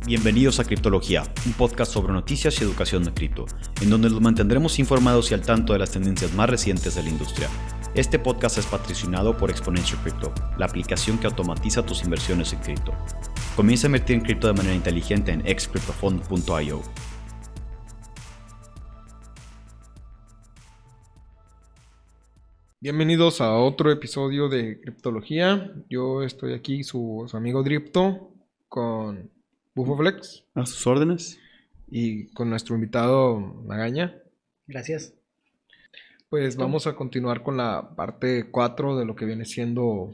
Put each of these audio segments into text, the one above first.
Bienvenidos a Criptología, un podcast sobre noticias y educación de cripto, en donde los mantendremos informados y al tanto de las tendencias más recientes de la industria. Este podcast es patrocinado por Exponential Crypto, la aplicación que automatiza tus inversiones en cripto. Comienza a invertir en cripto de manera inteligente en excryptofund.io. Bienvenidos a otro episodio de Criptología. Yo estoy aquí, su amigo Dripto, con Bufoflex. A sus órdenes. Y con nuestro invitado Magaña. Gracias. Pues vamos a continuar con la parte 4 de lo que viene siendo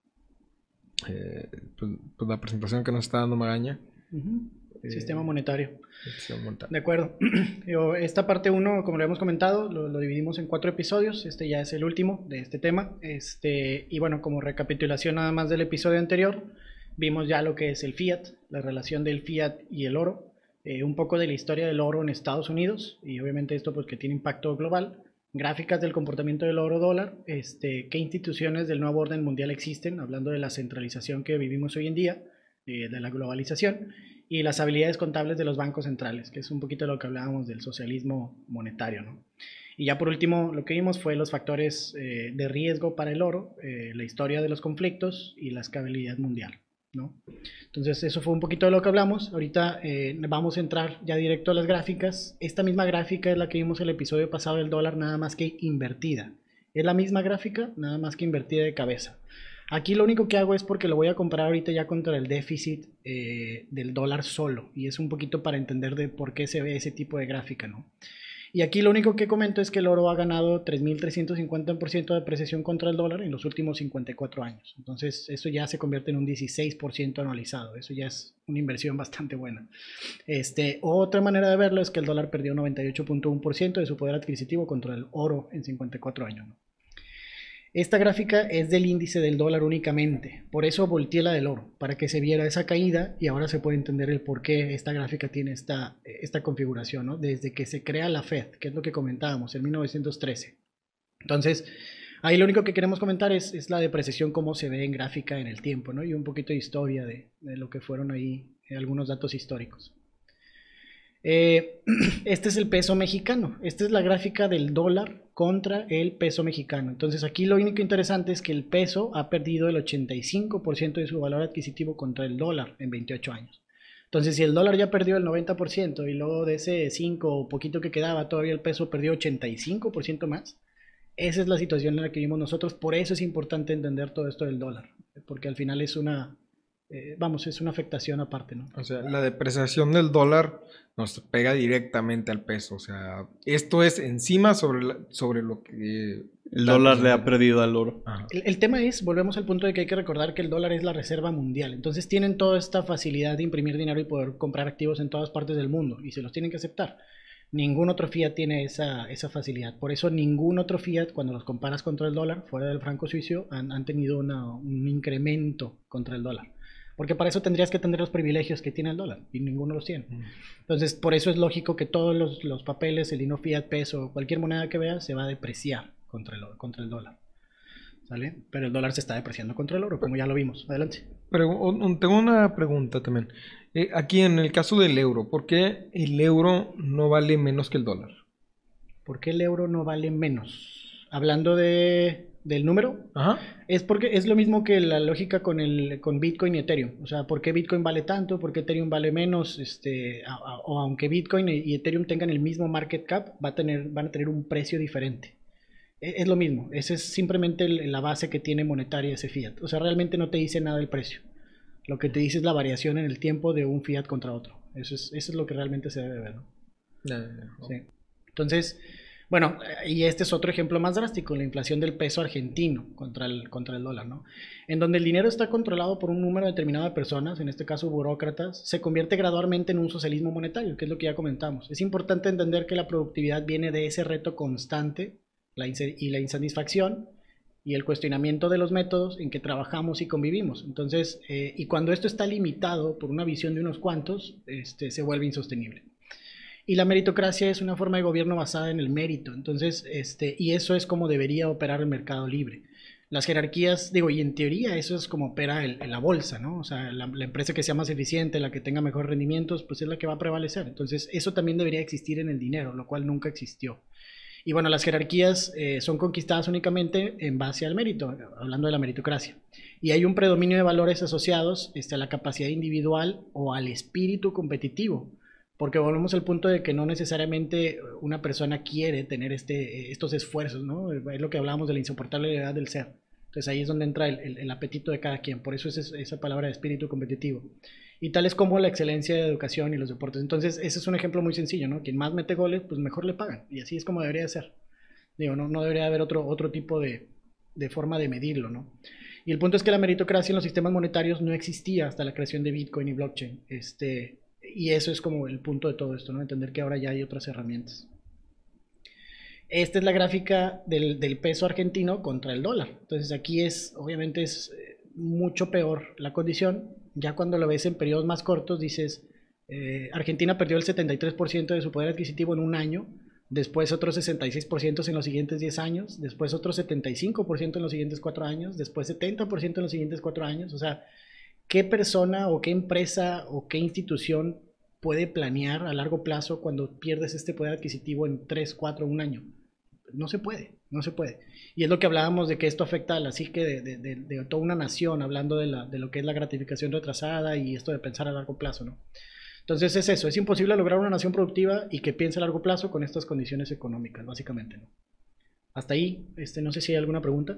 pues la presentación que nos está dando Magaña. Sistema monetario. Sistema monetario. De acuerdo. Esta parte 1, como lo hemos comentado, lo dividimos en 4 episodios. Este ya es el último de este tema. Y bueno, como recapitulación nada más del episodio anterior, vimos ya lo que es el fiat, la relación del fiat y el oro, un poco de la historia del oro en Estados Unidos, y obviamente esto pues que tiene impacto global, gráficas del comportamiento del oro dólar, qué instituciones del nuevo orden mundial existen, hablando de la centralización que vivimos hoy en día, de la globalización, y las habilidades contables de los bancos centrales, que es un poquito de lo que hablábamos del socialismo monetario, ¿no? Y ya por último, lo que vimos fue los factores de riesgo para el oro, la historia de los conflictos y la escalabilidad mundial, ¿no? Entonces eso fue un poquito de lo que hablamos. Ahorita vamos a entrar ya directo a las gráficas. Esta misma gráfica es la que vimos el episodio pasado del dólar, nada más que invertida. Es la misma gráfica, nada más que invertida de cabeza. Aquí lo único que hago es porque lo voy a comparar ahorita ya contra el déficit del dólar solo, y es un poquito para entender de por qué se ve ese tipo de gráfica, ¿no? Y aquí lo único que comento es que el oro ha ganado 3.350% de apreciación contra el dólar en los últimos 54 años. Entonces eso ya se convierte en un 16% anualizado. Eso ya es una inversión bastante buena. Otra manera de verlo es que el dólar perdió 98.1% de su poder adquisitivo contra el oro en 54 años, ¿no? Esta gráfica es del índice del dólar únicamente, por eso volteé la del oro, para que se viera esa caída, y ahora se puede entender el por qué esta gráfica tiene esta configuración, ¿no? Desde que se crea la Fed, que es lo que comentábamos, en 1913. Entonces, ahí lo único que queremos comentar es la depreciación, cómo se ve en gráfica en el tiempo, ¿no? Y un poquito de historia de lo que fueron ahí, algunos datos históricos. Este es el peso mexicano. Esta es la gráfica del dólar contra el peso mexicano. Entonces aquí lo único interesante es que el peso ha perdido el 85% de su valor adquisitivo contra el dólar en 28 años. Entonces si el dólar ya perdió el 90% y luego de ese 5 o poquito que quedaba todavía el peso perdió 85% más, esa es la situación en la que vivimos nosotros. Por eso es importante entender todo esto del dólar, porque al final es una afectación aparte, ¿no? O sea, la depreciación del dólar nos pega directamente al peso. O sea, esto es encima sobre lo que El dólar le ha perdido al oro. El tema es, volvemos al punto de que hay que recordar que el dólar es la reserva mundial. Entonces tienen toda esta facilidad de imprimir dinero y poder comprar activos en todas partes del mundo, y se los tienen que aceptar. Ningún otro fiat tiene esa facilidad. Por eso ningún otro fiat, cuando los comparas contra el dólar, fuera del franco suizo, han tenido un incremento contra el dólar. Porque para eso tendrías que tener los privilegios que tiene el dólar, y ninguno los tiene. Entonces, por eso es lógico que todos los papeles, el dinero fiat, peso, cualquier moneda que veas, se va a depreciar contra el dólar. ¿Sale? Pero el dólar se está depreciando contra el oro, como ya lo vimos. Adelante. Tengo una pregunta también. Aquí en el caso del euro, ¿por qué el euro no vale menos que el dólar? ¿Por qué el euro no vale menos? Hablando del número, Ajá. es porque es lo mismo que la lógica con Bitcoin y Ethereum. O sea, ¿por qué Bitcoin vale tanto? ¿Por qué Ethereum vale menos? O aunque Bitcoin y Ethereum tengan el mismo market cap, van a tener un precio diferente. Es lo mismo. Esa es simplemente la base que tiene monetaria ese fiat. O sea, realmente no te dice nada el precio. Lo que te dice es la variación en el tiempo de un fiat contra otro. Eso es lo que realmente se debe ver, ¿no? Sí. Entonces, bueno, y este es otro ejemplo más drástico, la inflación del peso argentino contra el dólar, ¿no? En donde el dinero está controlado por un número determinado de personas, en este caso burócratas, se convierte gradualmente en un socialismo monetario, que es lo que ya comentamos. Es importante entender que la productividad viene de ese reto constante y la insatisfacción y el cuestionamiento de los métodos en que trabajamos y convivimos. Entonces, y cuando esto está limitado por una visión de unos cuantos, se vuelve insostenible. Y la meritocracia es una forma de gobierno basada en el mérito. Entonces, y eso es como debería operar el mercado libre. las jerarquías, digo, y en teoría eso es como opera la bolsa, ¿no? O sea, la empresa que sea más eficiente, la que tenga mejores rendimientos, pues es la que va a prevalecer. Entonces, eso también debería existir en el dinero, lo cual nunca existió. Y bueno, las jerarquías son conquistadas únicamente en base al mérito, hablando de la meritocracia. Y hay un predominio de valores asociados a la capacidad individual o al espíritu competitivo. Porque volvemos al punto de que no necesariamente una persona quiere tener estos esfuerzos, ¿no? Es lo que hablábamos de la insoportabilidad del ser. Entonces ahí es donde entra el apetito de cada quien. Por eso es esa palabra de espíritu competitivo. Y tal es como la excelencia de educación y los deportes. Entonces ese es un ejemplo muy sencillo, ¿no? Quien más mete goles, pues mejor le pagan. Y así es como debería ser. Digo, no debería haber otro tipo de forma de medirlo, ¿no? Y el punto es que la meritocracia en los sistemas monetarios no existía hasta la creación de Bitcoin y blockchain. Y eso es como el punto de todo esto, ¿no? Entender que ahora ya hay otras herramientas. Esta es la gráfica del peso argentino contra el dólar. Entonces aquí obviamente es mucho peor la condición. Ya cuando lo ves en periodos más cortos dices, Argentina perdió el 73% de su poder adquisitivo en un año, después otros 66% en los siguientes 10 años, después otros 75% en los siguientes 4 años, después 70% en los siguientes 4 años. O sea, ¿qué persona o qué empresa o qué institución puede planear a largo plazo cuando pierdes este poder adquisitivo en 3, 4, un año? No se puede. Y es lo que hablábamos de que esto afecta a la psique de toda una nación, hablando de lo que es la gratificación retrasada y esto de pensar a largo plazo, ¿no? Entonces es eso, es imposible lograr una nación productiva y que piense a largo plazo con estas condiciones económicas, básicamente, ¿no? Hasta ahí, no sé si hay alguna pregunta.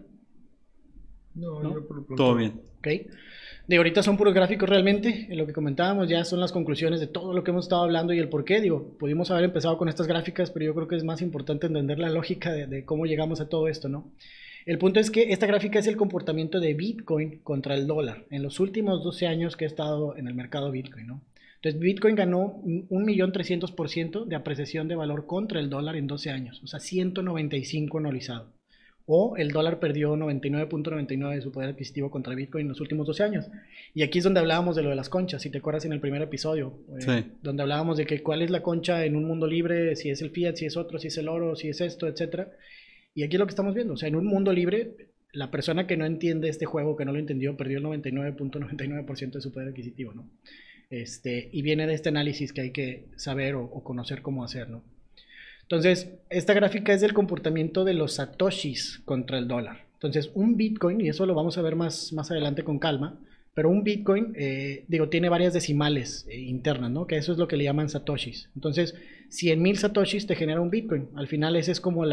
No, yo por lo pronto. Todo bien. Ok. De ahorita son puros gráficos realmente, en lo que comentábamos ya son las conclusiones de todo lo que hemos estado hablando y el por qué. Digo, pudimos haber empezado con estas gráficas, pero yo creo que es más importante entender la lógica de cómo llegamos a todo esto, ¿no? El punto es que esta gráfica es el comportamiento de Bitcoin contra el dólar en los últimos 12 años que ha estado en el mercado Bitcoin, ¿no? Entonces Bitcoin ganó 1.300.000% de apreciación de valor contra el dólar en 12 años, o sea, 195 anualizado. O el dólar perdió 99.99 de su poder adquisitivo contra Bitcoin en los últimos 12 años. Y aquí es donde hablábamos de lo de las conchas, si te acuerdas en el primer episodio, sí. Donde hablábamos de que cuál es la concha en un mundo libre, si es el fiat, si es otro, si es el oro, si es esto, etc. Y aquí es lo que estamos viendo, o sea, en un mundo libre, la persona que no entiende este juego, que no lo entendió, perdió el 99.99% de su poder adquisitivo, ¿no? Y viene de este análisis que hay que saber o conocer cómo hacer, ¿no? Entonces, esta gráfica es del comportamiento de los satoshis contra el dólar. Entonces, un Bitcoin, y eso lo vamos a ver más adelante con calma, pero un Bitcoin, tiene varias decimales internas, ¿no? Que eso es lo que le llaman satoshis. Entonces, 100,000 satoshis te genera un Bitcoin. Al final ese es como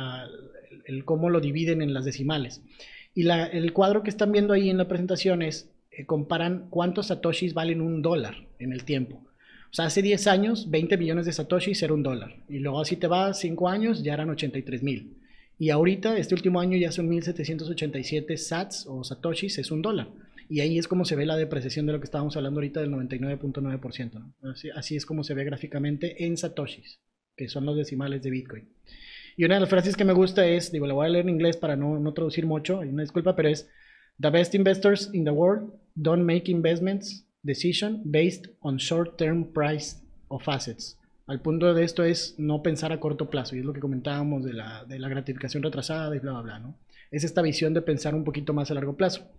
el cómo lo dividen en las decimales. Y el cuadro que están viendo ahí en la presentación es, comparan cuántos satoshis valen $1 en el tiempo. O sea, hace 10 años, 20 millones de satoshis era $1. Y luego así te va, 5 años, ya eran 83,000. Y ahorita, este último año ya son 1.787 sats o satoshis, es $1. Y ahí es como se ve la depreciación de lo que estábamos hablando ahorita del 99.9%, ¿no? Así es como se ve gráficamente en satoshis, que son los decimales de Bitcoin. Y una de las frases que me gusta es, la voy a leer en inglés para no traducir mucho, una disculpa, pero es: "The best investors in the world don't make investments decision based on short-term price of assets". Al punto de esto es no pensar a corto plazo, y es lo que comentábamos de la gratificación retrasada y bla, bla, bla, ¿no? Es esta visión de pensar un poquito más a largo plazo.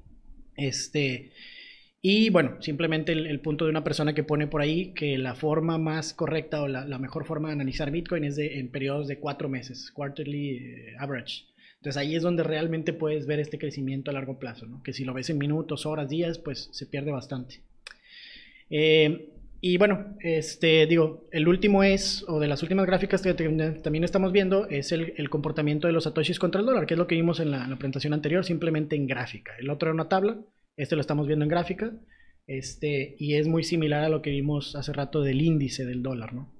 Y bueno, simplemente el punto de una persona que pone por ahí que la forma más correcta o la mejor forma de analizar Bitcoin es en periodos de 4 meses, quarterly average. Entonces ahí es donde realmente puedes ver este crecimiento a largo plazo, ¿no? Que si lo ves en minutos, horas, días, pues se pierde bastante. Y bueno, el último o de las últimas gráficas que también estamos viendo es el comportamiento de los satoshis contra el dólar, que es lo que vimos en la presentación anterior, simplemente en gráfica. El otro era una tabla, lo estamos viendo en gráfica, y es muy similar a lo que vimos hace rato del índice del dólar, ¿no?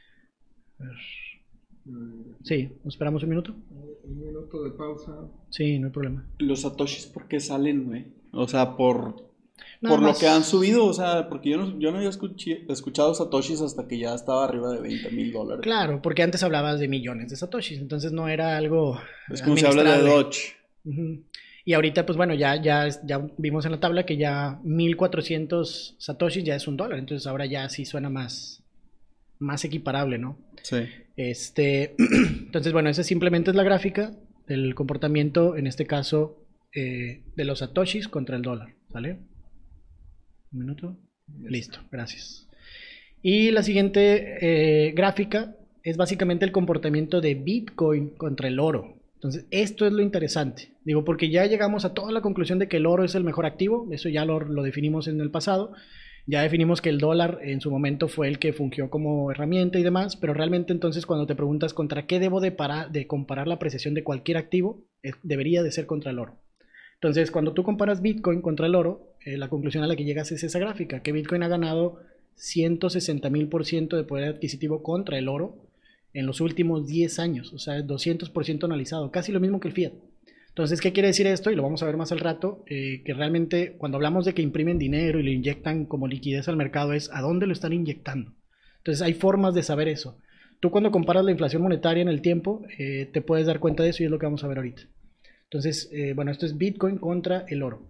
Sí, ¿nos esperamos un minuto? Un minuto de pausa. Sí, no hay problema. Los satoshis, ¿por qué salen, güey? O sea, por lo que han subido, o sea, porque yo no había escuchado satoshis hasta que ya estaba arriba de $20,000. Claro, porque antes hablabas de millones de satoshis, entonces no era algo es como se habla de Doge. Y ahorita, pues bueno, ya vimos en la tabla que ya 1.400 satoshis ya es $1, entonces ahora ya sí suena más equiparable, ¿no? Sí. Entonces, bueno, esa simplemente es la gráfica del comportamiento, en este caso, de los satoshis contra el dólar, ¿sale? Un minuto. Listo, gracias. Y la siguiente gráfica es básicamente el comportamiento de Bitcoin contra el oro. Entonces, esto es lo interesante. Digo, porque ya llegamos a toda la conclusión de que el oro es el mejor activo. Eso ya lo definimos en el pasado. Ya definimos que el dólar en su momento fue el que fungió como herramienta y demás. Pero realmente entonces cuando te preguntas contra qué debo de comparar la apreciación de cualquier activo, debería de ser contra el oro. Entonces, cuando tú comparas Bitcoin contra el oro, la conclusión a la que llegas es esa gráfica. Que Bitcoin ha ganado 160,000% de poder adquisitivo contra el oro en los últimos 10 años, o sea, 200% analizado, casi lo mismo que el fiat. Entonces, ¿qué quiere decir esto? Y lo vamos a ver más al rato, que realmente cuando hablamos de que imprimen dinero y lo inyectan como liquidez al mercado es ¿a dónde lo están inyectando? Entonces, hay formas de saber eso. Tú cuando comparas la inflación monetaria en el tiempo, te puedes dar cuenta de eso y es lo que vamos a ver ahorita. Entonces, bueno, esto es Bitcoin contra el oro.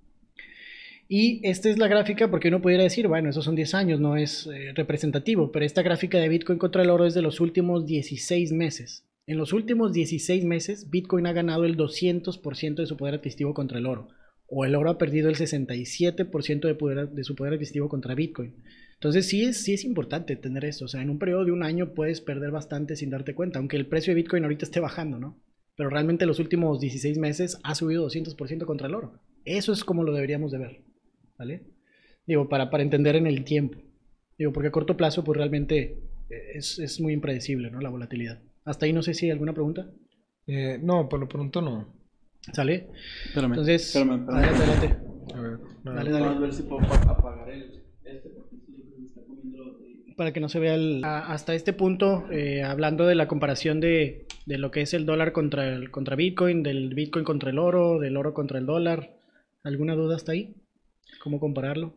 Y esta es la gráfica porque uno pudiera decir, bueno, esos son 10 años, no es representativo, pero esta gráfica de Bitcoin contra el oro es de los últimos 16 meses. En los últimos 16 meses, Bitcoin ha ganado el 200% de su poder adquisitivo contra el oro, o el oro ha perdido el 67% de su poder adquisitivo contra Bitcoin. Entonces sí es importante tener esto, o sea, en un periodo de un año puedes perder bastante sin darte cuenta, aunque el precio de Bitcoin ahorita esté bajando, ¿no? Pero realmente los últimos 16 meses ha subido 200% contra el oro. Eso es como lo deberíamos de ver. ¿Vale? Digo, para entender en el tiempo. Digo, porque a corto plazo, pues realmente es muy impredecible, ¿no? La volatilidad. Hasta ahí no sé si hay alguna pregunta. No, por lo pronto no. ¿Sale? Espérame. Entonces, Espérame. adelante. A ver, no. Dale. A ver si puedo apagar porque me está comiendo. Para que no se vea hasta este punto, hablando de la comparación de lo que es el dólar contra Bitcoin, del Bitcoin contra el oro, del oro contra el dólar. ¿Alguna duda hasta ahí? ¿Cómo compararlo?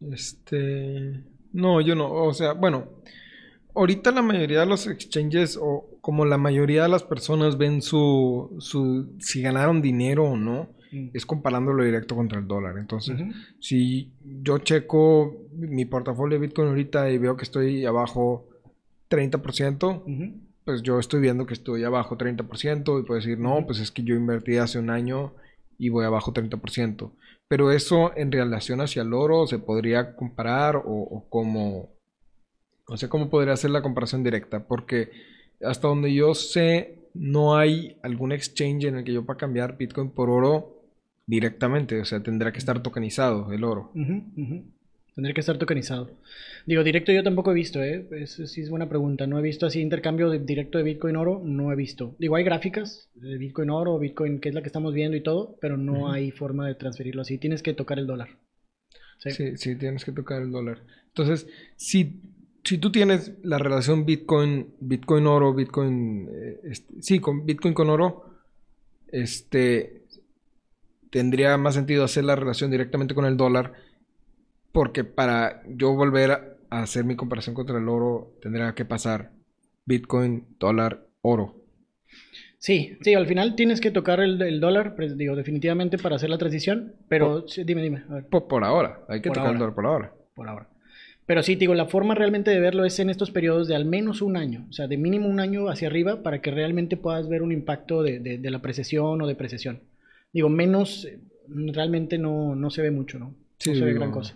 No, yo no. O sea, bueno, ahorita la mayoría de los exchanges, o como la mayoría de las personas ven si ganaron dinero o no, es comparándolo directo contra el dólar. Entonces, si yo checo mi portafolio de Bitcoin ahorita y veo que estoy abajo 30%, pues yo estoy viendo que estoy abajo 30% y puedo decir, no, pues es que yo invertí hace un año y voy abajo 30%. Pero eso en relación hacia el oro se podría comparar o cómo, no sé cómo podría hacer la comparación directa, porque hasta donde yo sé no hay algún exchange en el que yo pueda cambiar Bitcoin por oro directamente, o sea, tendrá que estar tokenizado el oro. Tendría que estar tokenizado. Digo, directo yo tampoco he visto, sí es buena pregunta. No he visto así intercambio directo de Bitcoin oro, no he visto. Digo, hay gráficas de Bitcoin oro, Bitcoin, que es la que estamos viendo y todo, pero no hay forma de transferirlo así. Tienes que tocar el dólar. Sí, tienes que tocar el dólar. Entonces, si tú tienes la relación Bitcoin oro, con Bitcoin con oro, tendría más sentido hacer la relación directamente con el dólar. Porque para yo volver a hacer mi comparación contra el oro, tendría que pasar Bitcoin, dólar, oro. Sí, al final tienes que tocar el dólar, pues, digo, definitivamente para hacer la transición, pero dime. A ver. Por ahora, hay que tocar el dólar por ahora. Por ahora. Pero sí, digo, la forma realmente de verlo es en estos periodos de al menos un año, o sea, de mínimo un año hacia arriba para que realmente puedas ver un impacto de la apreciación o depreciación. Digo, menos realmente no se ve mucho, ¿no? Sí, no se ve gran cosa.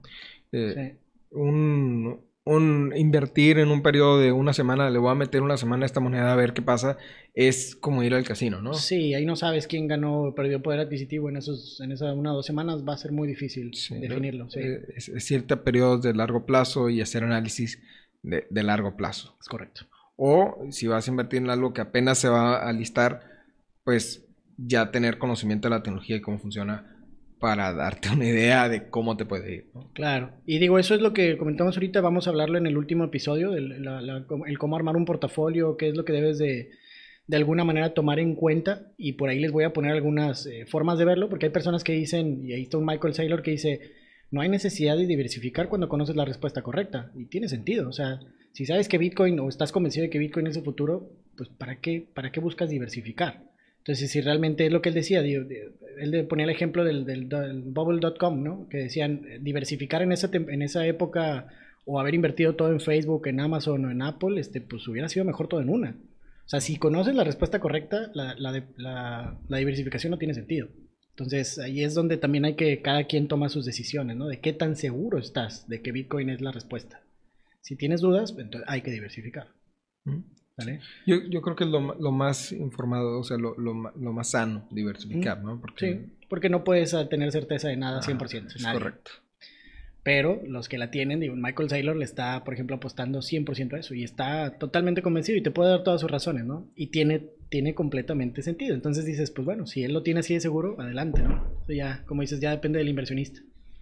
Un invertir en un periodo de una semana, le voy a meter una semana a esta moneda a ver qué pasa, es como ir al casino, ¿no? Sí, ahí no sabes quién ganó o perdió poder adquisitivo en esa 1 o 2 semanas, va a ser muy difícil definirlo. ¿No? Sí. Es ciertos periodos de largo plazo y hacer análisis de largo plazo. Es correcto. O si vas a invertir en algo que apenas se va a listar, pues ya tener conocimiento de la tecnología y cómo funciona para darte una idea de cómo te puede ir, ¿no? Claro, y digo, eso es lo que comentamos ahorita, vamos a hablarlo en el último episodio, el cómo armar un portafolio, qué es lo que debes de alguna manera tomar en cuenta, y por ahí les voy a poner algunas formas de verlo, porque hay personas que dicen, y ahí está un Michael Saylor que dice, no hay necesidad de diversificar cuando conoces la respuesta correcta, y tiene sentido, o sea, si sabes que Bitcoin, o estás convencido de que Bitcoin es el futuro, pues ¿para qué buscas diversificar? Entonces, si realmente es lo que él decía, él ponía el ejemplo del bubble.com, ¿no? Que decían, diversificar en esa época o haber invertido todo en Facebook, en Amazon o en Apple, pues hubiera sido mejor todo en una. O sea, si conoces la respuesta correcta, la diversificación no tiene sentido. Entonces, ahí es donde también hay que, cada quien toma sus decisiones, ¿no? De qué tan seguro estás de que Bitcoin es la respuesta. Si tienes dudas, entonces hay que diversificar. ¿Vale? Yo creo que es lo más informado, o sea, lo más sano diversificar, ¿no? Sí, porque no puedes tener certeza de nada 100%. Es correcto. Pero los que la tienen, digo, Michael Saylor le está, por ejemplo, apostando 100% a eso y está totalmente convencido y te puede dar todas sus razones, ¿no? Y tiene completamente sentido. Entonces dices, pues bueno, si él lo tiene así de seguro, adelante, ¿no? Eso ya, como dices, ya depende del inversionista.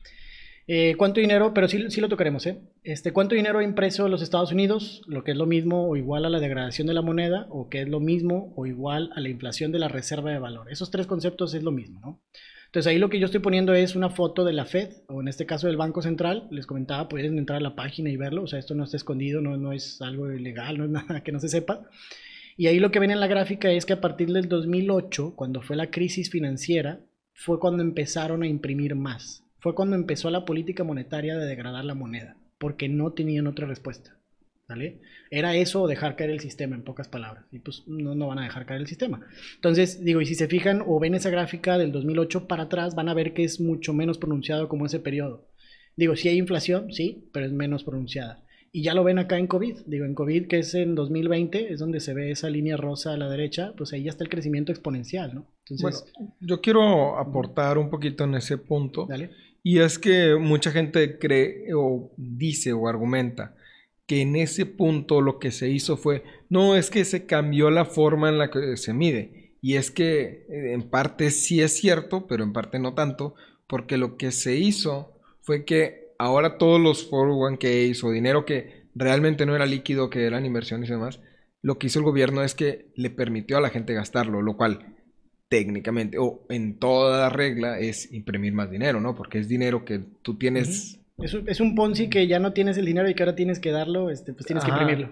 ¿Cuánto dinero? Pero sí lo tocaremos, ¿eh? ¿Cuánto dinero ha impreso los Estados Unidos? Lo que es lo mismo o igual a la degradación de la moneda, o que es lo mismo o igual a la inflación de la reserva de valor. Esos tres conceptos es lo mismo, ¿no? Entonces ahí lo que yo estoy poniendo es una foto de la Fed, o en este caso del Banco Central. Les comentaba, pueden entrar a la página y verlo. O sea, esto no está escondido, no es algo ilegal, no es nada que no se sepa. Y ahí lo que ven en la gráfica es que a partir del 2008, cuando fue la crisis financiera, fue cuando empezaron a imprimir más. Fue cuando empezó la política monetaria de degradar la moneda, porque no tenían otra respuesta, ¿vale? Era eso o dejar caer el sistema, en pocas palabras, y pues no van a dejar caer el sistema. Entonces, digo, y si se fijan o ven esa gráfica del 2008 para atrás, van a ver que es mucho menos pronunciado como ese periodo. Digo, sí hay inflación, sí, pero es menos pronunciada. Y ya lo ven acá en COVID, digo, en COVID, que es en 2020, es donde se ve esa línea rosa a la derecha, pues ahí ya está el crecimiento exponencial, ¿no? Entonces, bueno, yo quiero aportar un poquito en ese punto. Dale. Y es que mucha gente cree o dice o argumenta que en ese punto lo que se hizo fue, no, es que se cambió la forma en la que se mide. Y es que en parte sí es cierto, pero en parte no tanto, porque lo que se hizo fue que ahora todos los 401ks o dinero que realmente no era líquido, que eran inversiones y demás, lo que hizo el gobierno es que le permitió a la gente gastarlo, lo cual técnicamente o en toda regla es imprimir más dinero, ¿no? Porque es dinero que tú tienes. Es un Ponzi que ya no tienes el dinero y que ahora tienes que darlo, pues tienes que imprimirlo.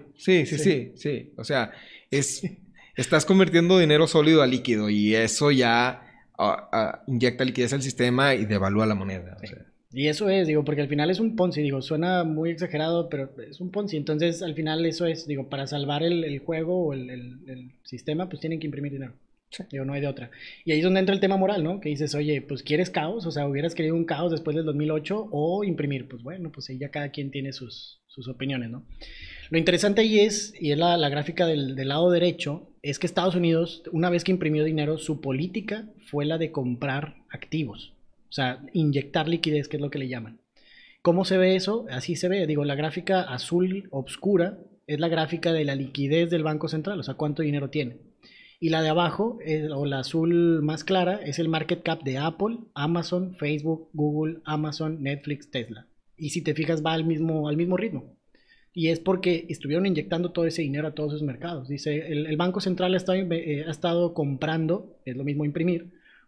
Sí. O sea, estás convirtiendo dinero sólido a líquido y eso ya inyecta liquidez al sistema y devalúa la moneda. Sí. O sea. Y eso es, digo, porque al final es un Ponzi, digo, suena muy exagerado, pero es un Ponzi. Entonces, al final eso es, digo, para salvar el juego o el sistema, pues tienen que imprimir dinero. Digo, no hay de otra. Y ahí es donde entra el tema moral, ¿no? Que dices, oye, pues ¿quieres caos? O sea, ¿hubieras querido un caos después del 2008 o imprimir? Pues bueno, pues ahí ya cada quien tiene sus opiniones, ¿no? Lo interesante ahí es, y es la gráfica del lado derecho, es que Estados Unidos, una vez que imprimió dinero, su política fue la de comprar activos. O sea, inyectar liquidez, que es lo que le llaman. ¿Cómo se ve eso? Así se ve. Digo, la gráfica azul oscura es la gráfica de la liquidez del Banco Central, o sea, cuánto dinero tiene. Y la de abajo, o la azul más clara, es el market cap de Apple, Amazon, Facebook, Google, Amazon, Netflix, Tesla. Y si te fijas, va al mismo ritmo. Y es porque estuvieron inyectando todo ese dinero a todos esos mercados. Dice, el Banco Central ha estado comprando, es lo mismo imprimir,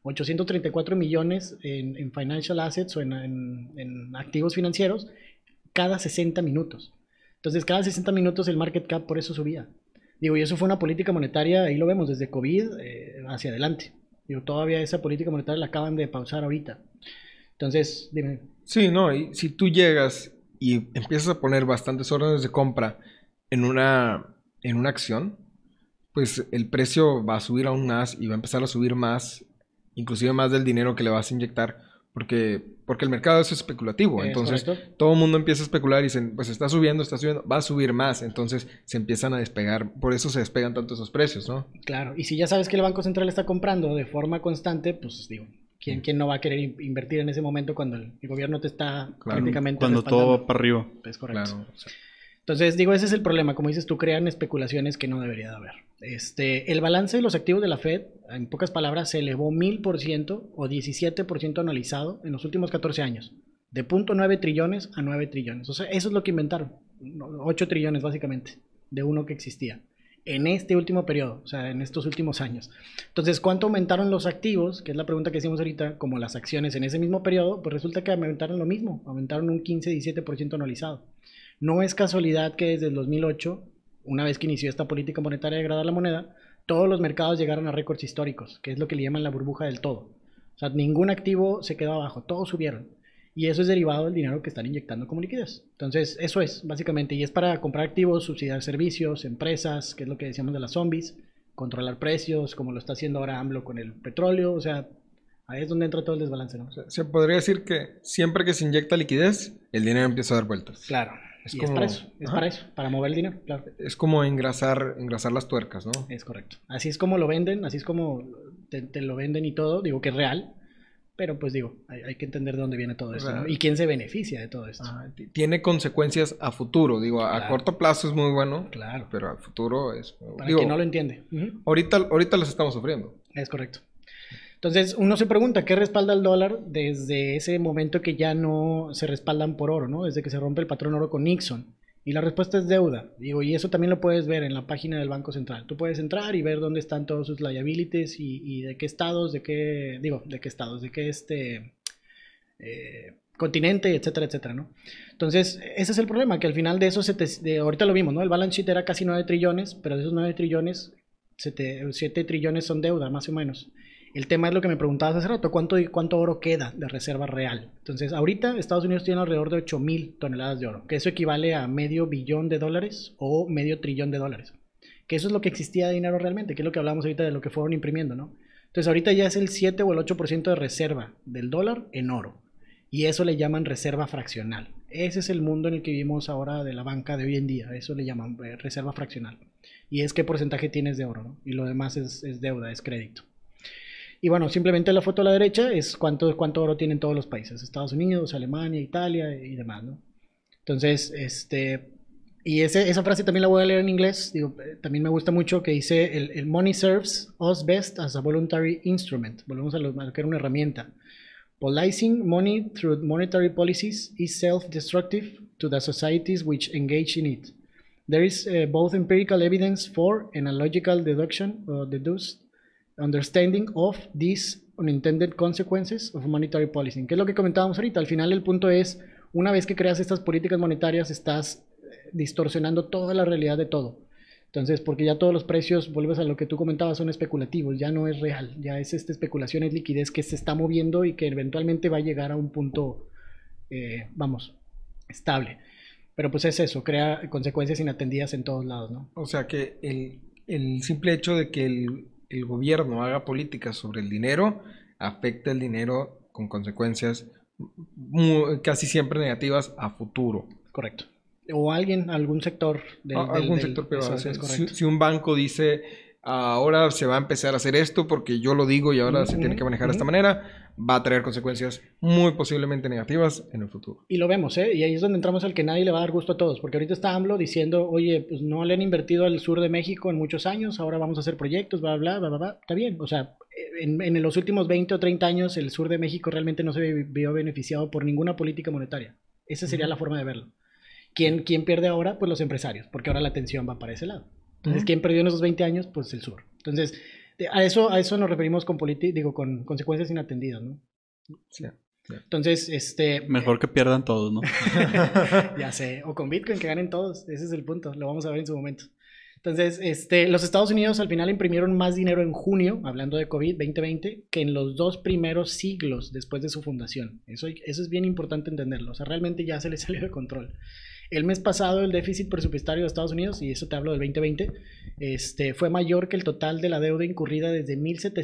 834 millones en financial assets o en activos financieros cada 60 minutos. Entonces, cada 60 minutos el market cap por eso subía. Digo, y eso fue una política monetaria, ahí lo vemos, desde COVID hacia adelante. Digo, todavía esa política monetaria la acaban de pausar ahorita. Entonces, dime. Sí, no, y si tú llegas y empiezas a poner bastantes órdenes de compra en una acción, pues el precio va a subir aún más y va a empezar a subir más, inclusive más del dinero que le vas a inyectar, porque el mercado es especulativo. Entonces todo el mundo empieza a especular y dicen, pues está subiendo, va a subir más. Entonces se empiezan a despegar, por eso se despegan tanto esos precios, ¿no? Claro, y si ya sabes que el Banco Central está comprando de forma constante, pues digo, ¿quién no va a querer invertir en ese momento cuando el gobierno te está prácticamente cuando respaldando? todo va para arriba? Es correcto. Claro, o sea. Entonces, digo, ese es el problema. Como dices tú, crean especulaciones que no debería de haber. El balance de los activos de la Fed, en pocas palabras, se elevó 1000% o 17% anualizado en los últimos 14 años. De 0.9 trillones a 9 trillones. O sea, eso es lo que inventaron. 8 trillones, básicamente, de uno que existía. En este último periodo, o sea, en estos últimos años. Entonces, ¿cuánto aumentaron los activos? Que es la pregunta que hicimos ahorita, como las acciones en ese mismo periodo, pues resulta que aumentaron lo mismo. Aumentaron un 15-17% anualizado. No es casualidad que desde el 2008, una vez que inició esta política monetaria de degradar la moneda, todos los mercados llegaron a récords históricos, que es lo que le llaman la burbuja del todo. O sea, ningún activo se quedó abajo, todos subieron. Y eso es derivado del dinero que están inyectando como liquidez. Entonces, eso es, básicamente. Y es para comprar activos, subsidiar servicios, empresas, que es lo que decíamos de las zombies, controlar precios, como lo está haciendo ahora AMLO con el petróleo. O sea, Ahí es donde entra todo el desbalance, ¿no? O sea, se podría decir que siempre que se inyecta liquidez, el dinero empieza a dar vueltas. Claro. Es Y como- es para eso, para mover el dinero, claro. Es como engrasar las tuercas, ¿no? Es correcto. Así es como lo venden, así es como te lo venden y todo. Digo que es real, pero pues digo, hay que entender de dónde viene todo esto, ¿no? Real. Y quién se beneficia de todo esto. Tiene consecuencias a futuro. Digo, a Claro. corto plazo es muy bueno, Claro. pero a futuro es... Para digo, quien no lo entiende. Ujú. ahorita los estamos sufriendo. Es correcto. Entonces, uno se pregunta, ¿qué respalda el dólar desde ese momento que ya no se respaldan por oro, ¿no? Desde que se rompe el patrón oro con Nixon. Y la respuesta es deuda. Digo, y eso también lo puedes ver en la página del Banco Central. Tú puedes entrar y ver dónde están todos sus liabilities y de qué estados, de qué continente, etcétera, etcétera, ¿no? Entonces, ese es el problema, que al final de eso, ahorita lo vimos, ¿no? El balance sheet era casi 9 trillones, pero de esos 9 trillones, 7 trillones son deuda, más o menos. El tema es lo que me preguntabas hace rato, ¿cuánto oro queda de reserva real? Entonces, ahorita Estados Unidos tiene alrededor de 8,000 toneladas de oro, que eso equivale a $500 billion o $500 billion, que eso es lo que existía de dinero realmente, que es lo que hablamos ahorita de lo que fueron imprimiendo, ¿no? Entonces, ahorita ya es el 7 o el 8% de reserva del dólar en oro, y eso le llaman reserva fraccional. Ese es el mundo en el que vivimos ahora de la banca de hoy en día, eso le llaman reserva fraccional, y es qué porcentaje tienes de oro, ¿no? Y lo demás es deuda, es crédito. Y bueno, simplemente la foto a la derecha es cuánto oro tienen todos los países, Estados Unidos, Alemania, Italia y demás, ¿no? Entonces, y esa frase también la voy a leer en inglés, digo, también me gusta mucho, que dice, el money serves us best as a voluntary instrument. Volvemos a lo que era una herramienta. Policing money through monetary policies is self-destructive to the societies which engage in it. There is both empirical evidence for and a logical deduction or deduced understanding of these unintended consequences of monetary policy. ¿Qué es lo que comentábamos ahorita? Al final el punto es, una vez que creas estas políticas monetarias, estás distorsionando toda la realidad de todo. Entonces, porque ya todos los precios, vuelves a lo que tú comentabas, son especulativos, ya no es real, ya es especulación, es liquidez que se está moviendo y que eventualmente va a llegar a un punto, estable. Pero pues es eso, crea consecuencias inatendidas en todos lados, ¿no? O sea que el simple hecho de que el gobierno haga políticas sobre el dinero afecta el dinero con consecuencias casi siempre negativas a futuro. Correcto. O algún sector algún sector privado. Eso es correcto. Si un banco dice ahora se va a empezar a hacer esto porque yo lo digo y ahora se tiene que manejar de esta manera, va a traer consecuencias muy posiblemente negativas en el futuro. Y lo vemos, ¿eh? Y ahí es donde entramos al que nadie le va a dar gusto a todos, porque ahorita está AMLO diciendo, oye, pues no le han invertido al sur de México en muchos años, ahora vamos a hacer proyectos, bla, bla, bla, bla, bla. Está bien, o sea, en los últimos 20 o 30 años el sur de México realmente no se vio beneficiado por ninguna política monetaria. Esa sería la forma de verlo. ¿Quién pierde ahora? Pues los empresarios, porque ahora la atención va para ese lado. Entonces, ¿quién perdió en esos 20 años? Pues el sur. Entonces, a eso nos referimos con consecuencias inatendidas, ¿no? Sí. Entonces, Mejor que pierdan todos, ¿no? ya sé, o con Bitcoin que ganen todos, ese es el punto, lo vamos a ver en su momento. Entonces, los Estados Unidos al final imprimieron más dinero en junio, hablando de COVID 2020, que en los 2 primeros siglos después de su fundación. Eso es bien importante entenderlo, o sea, realmente ya se les salió de control. El mes pasado el déficit presupuestario de Estados Unidos, y eso te hablo del 2020, fue mayor que el total de la deuda incurrida desde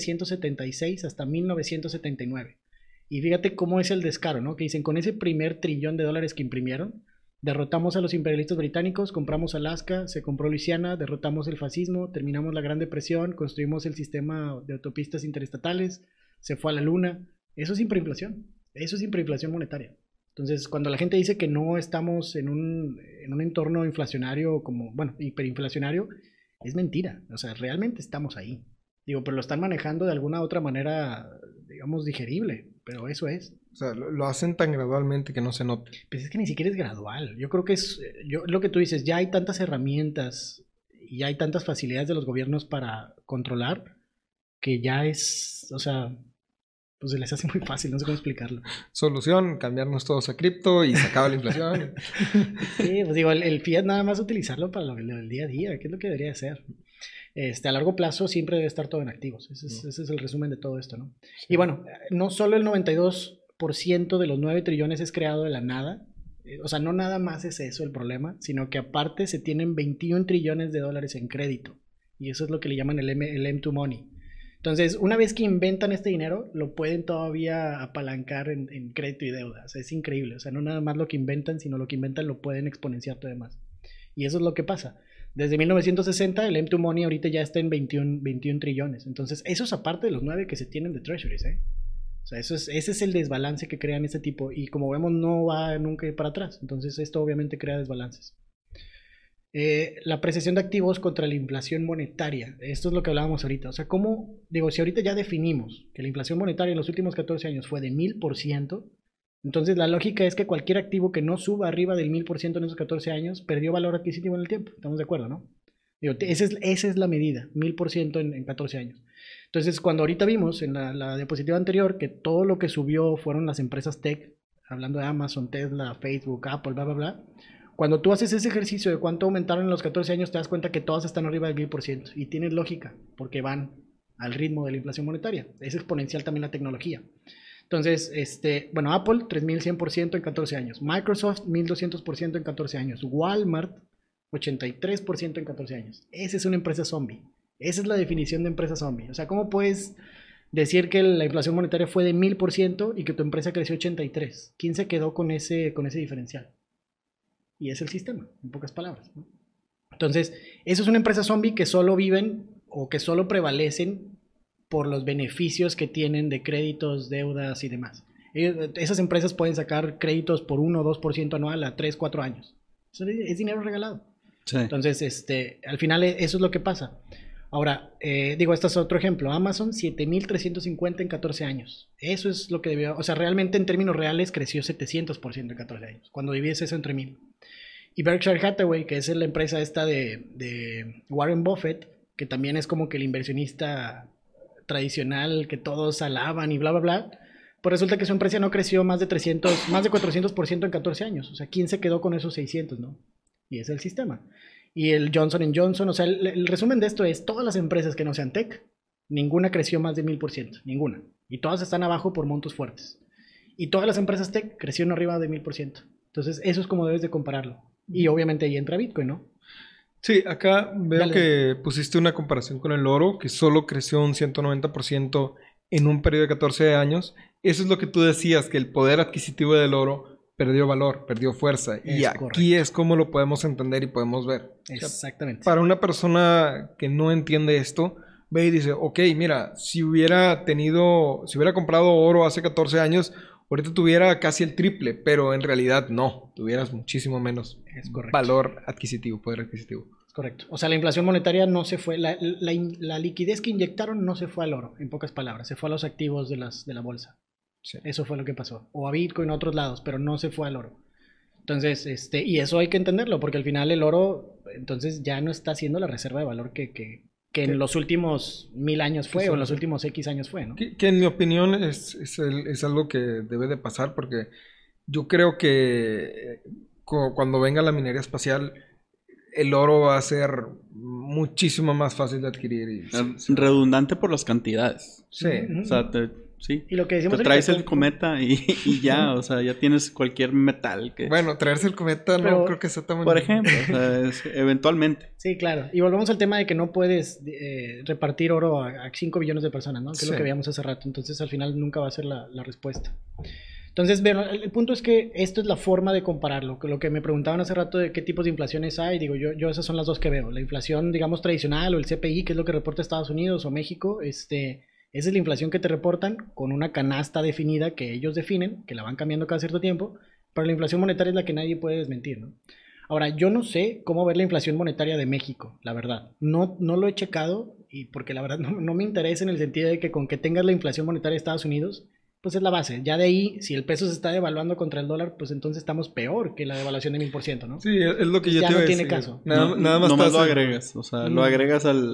1776 hasta 1979. Y fíjate cómo es el descaro, ¿no? Que dicen, con ese primer $1 trillón que imprimieron, derrotamos a los imperialistas británicos, compramos Alaska, se compró Luisiana, derrotamos el fascismo, terminamos la Gran Depresión, construimos el sistema de autopistas interestatales, se fue a la luna. Eso es hiperinflación monetaria. Entonces, cuando la gente dice que no estamos en un entorno inflacionario hiperinflacionario, es mentira. O sea, realmente estamos ahí. Digo, pero lo están manejando de alguna otra manera, digamos, digerible. Pero eso es. O sea, lo hacen tan gradualmente que no se note. Pues es que ni siquiera es gradual. Yo creo que lo que tú dices, ya hay tantas herramientas y ya hay tantas facilidades de los gobiernos para controlar que ya es, o sea, pues se les hace muy fácil, no sé cómo explicarlo. Solución, cambiarnos todos a cripto y se acaba la inflación. Sí, pues digo, el fiat nada más utilizarlo para lo del día a día, que es lo que debería hacer. A largo plazo siempre debe estar todo en activos. Ese es el resumen de todo esto, ¿no? Sí. Y bueno, no solo el 92% de los 9 trillones es creado de la nada. O sea, no nada más es eso el problema, sino que aparte se tienen $21 trillones en crédito. Y eso es lo que le llaman el M2 Money. Entonces, una vez que inventan este dinero, lo pueden todavía apalancar en crédito y deuda. O sea, es increíble. O sea, no nada más lo que inventan, sino lo que inventan lo pueden exponenciar todavía más. Y eso es lo que pasa. Desde 1960, el M2 Money ahorita ya está en 21 trillones. Entonces, eso es aparte de los 9 que se tienen de treasuries, ¿eh? O sea, ese es el desbalance que crean este tipo. Y como vemos, no va nunca ir para atrás. Entonces, esto obviamente crea desbalances. La apreciación de activos contra la inflación monetaria. Esto es lo que hablábamos ahorita. O sea, ¿cómo? Digo, si ahorita ya definimos que la inflación monetaria en los últimos 14 años fue de 1000%, entonces la lógica es que cualquier activo que no suba arriba del 1000% en esos 14 años perdió valor adquisitivo en el tiempo. ¿Estamos de acuerdo, no? Digo, esa es la medida, 1000% en 14 años. Entonces, cuando ahorita vimos en la diapositiva anterior que todo lo que subió fueron las empresas tech, hablando de Amazon, Tesla, Facebook, Apple, bla, bla, bla. Cuando tú haces ese ejercicio de cuánto aumentaron en los 14 años, te das cuenta que todas están arriba del 1000%. Y tienes lógica, porque van al ritmo de la inflación monetaria. Es exponencial también la tecnología. Entonces, bueno, Apple, 3100% en 14 años. Microsoft, 1200% en 14 años. Walmart, 83% en 14 años. Esa es una empresa zombie. Esa es la definición de empresa zombie. O sea, ¿cómo puedes decir que la inflación monetaria fue de 1000% y que tu empresa creció 83%? ¿Quién se quedó con ese diferencial? Y es el sistema, en pocas palabras, ¿no? Entonces, eso es una empresa zombie que solo viven o que solo prevalecen por los beneficios que tienen de créditos, deudas y demás. Esas empresas pueden sacar créditos por 1 o 2% anual a 3, 4 años. Eso es dinero regalado. Sí. Entonces, al final eso es lo que pasa. Ahora, digo, este es otro ejemplo. Amazon, 7,350 en 14 años. Eso es lo que debió... O sea, realmente en términos reales creció 700% en 14 años. Cuando divides eso entre 1000. Y Berkshire Hathaway, que es la empresa esta de Warren Buffett, que también es como que el inversionista tradicional que todos alaban y bla, bla, bla, pues resulta que su empresa no creció más de 400% en 14 años. O sea, ¿quién se quedó con esos 600, no? Y es el sistema. Y el Johnson & Johnson, o sea, el resumen de esto es, todas las empresas que no sean tech, ninguna creció más de 1000%, ninguna. Y todas están abajo por montos fuertes. Y todas las empresas tech crecieron arriba de 1000%. Entonces, eso es como debes de compararlo. Y obviamente ahí entra Bitcoin, ¿no? Sí, acá veo que pusiste una comparación con el oro, que solo creció un 190% en un periodo de 14 años. Eso es lo que tú decías, que el poder adquisitivo del oro perdió valor, perdió fuerza. Y aquí correcto. Es como lo podemos entender y podemos ver. Exactamente. O sea, para una persona que no entiende esto, ve y dice, ok, mira, si hubiera comprado oro hace 14 años, ahorita tuviera casi el triple, pero en realidad no, tuvieras muchísimo menos valor adquisitivo, poder adquisitivo. Es correcto. O sea, la inflación monetaria no se fue, la liquidez que inyectaron no se fue al oro, en pocas palabras, se fue a los activos de la bolsa. Sí. Eso fue lo que pasó. O a Bitcoin a otros lados, pero no se fue al oro. Entonces, y eso hay que entenderlo, porque al final el oro, entonces ya no está siendo la reserva de valor que en los últimos 1000 años fue, o en los últimos X años fue, ¿no? Que en mi opinión es algo que debe de pasar, porque yo creo que cuando venga la minería espacial, el oro va a ser muchísimo más fácil de adquirir. Redundante por las cantidades. Sí. O sea, sí. Y lo que decimos te traes el cometa y ya, o sea, ya tienes cualquier metal que... Bueno, traerse el cometa no creo que sea tan... Por ejemplo, o sea, eventualmente. Sí, claro. Y volvemos al tema de que no puedes repartir oro a 5 billones de personas, ¿no? Que es lo que veíamos hace rato. Entonces, al final nunca va a ser la respuesta. Entonces, bueno, el punto es que esto es la forma de compararlo. Lo que me preguntaban hace rato de qué tipos de inflaciones hay, digo, yo esas son las dos que veo. La inflación, digamos, tradicional o el CPI, que es lo que reporta Estados Unidos o México, esa es la inflación que te reportan con una canasta definida que ellos definen, que la van cambiando cada cierto tiempo, pero la inflación monetaria es la que nadie puede desmentir, ¿no? Ahora, yo no sé cómo ver la inflación monetaria de México, la verdad. No lo he checado, y porque la verdad no me interesa en el sentido de que con que tengas la inflación monetaria de Estados Unidos, pues es la base. Ya de ahí, si el peso se está devaluando contra el dólar, pues entonces estamos peor que la devaluación de 1000%, ¿no? Sí, es lo que yo te iba a decir. Ya no tiene caso. Nada más lo agregas. O sea, lo agregas a